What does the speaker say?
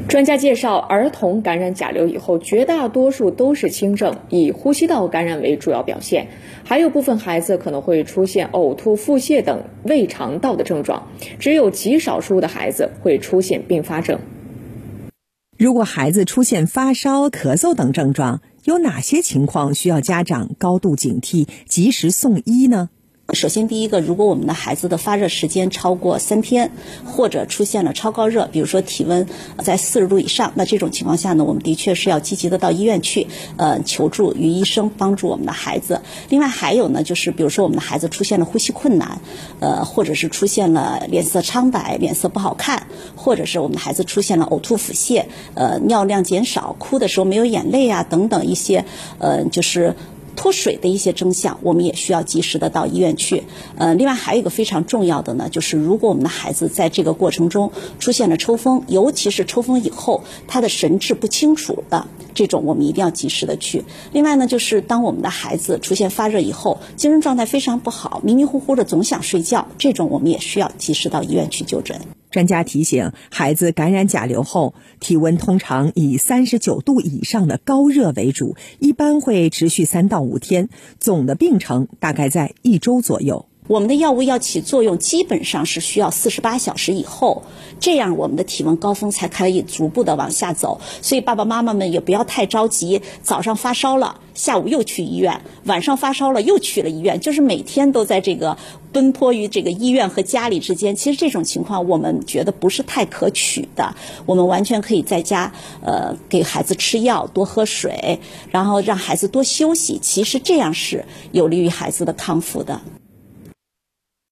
专家介绍，儿童感染甲流以后，绝大多数都是轻症，以呼吸道感染为主要表现，还有部分孩子可能会出现呕吐、腹泻等胃肠道的症状，只有极少数的孩子会出现并发症。 如果孩子出现发烧、咳嗽等症状，有哪些情况需要家长高度警惕，及时送医呢？ 首先第一个，如果我们的孩子的发热时间超过3天，或者出现了超高热，比如说体温在40度以上，那这种情况下呢，我们的确是要积极的到医院去求助于医生，帮助我们的孩子。另外还有呢，就是比如说我们的孩子出现了呼吸困难，或者是出现了脸色苍白、脸色不好看，或者是我们的孩子出现了呕吐、腹泻，尿量减少，哭的时候没有眼泪啊等等一些就是脱水的一些征象，我们也需要及时的到医院去。另外还有一个非常重要的呢，就是如果我们的孩子在这个过程中出现了抽风，尤其是抽风以后他的神志不清楚的这种，我们一定要及时的去。另外呢，就是当我们的孩子出现发热以后，精神状态非常不好，迷迷糊糊的总想睡觉，这种我们也需要及时到医院去就诊。 专家提醒，孩子感染甲流后，体温通常以39度以上的高热为主，一般会持续3到5天，总的病程大概在1周左右。 我们的药物要起作用，基本上是需要48小时以后，这样我们的体温高峰才可以逐步的往下走。所以爸爸妈妈们也不要太着急，早上发烧了，下午又去医院，晚上发烧了又去了医院，就是每天都在这个奔波于这个医院和家里之间。其实这种情况我们觉得不是太可取的，我们完全可以在家给孩子吃药，多喝水，然后让孩子多休息，其实这样是有利于孩子的康复的。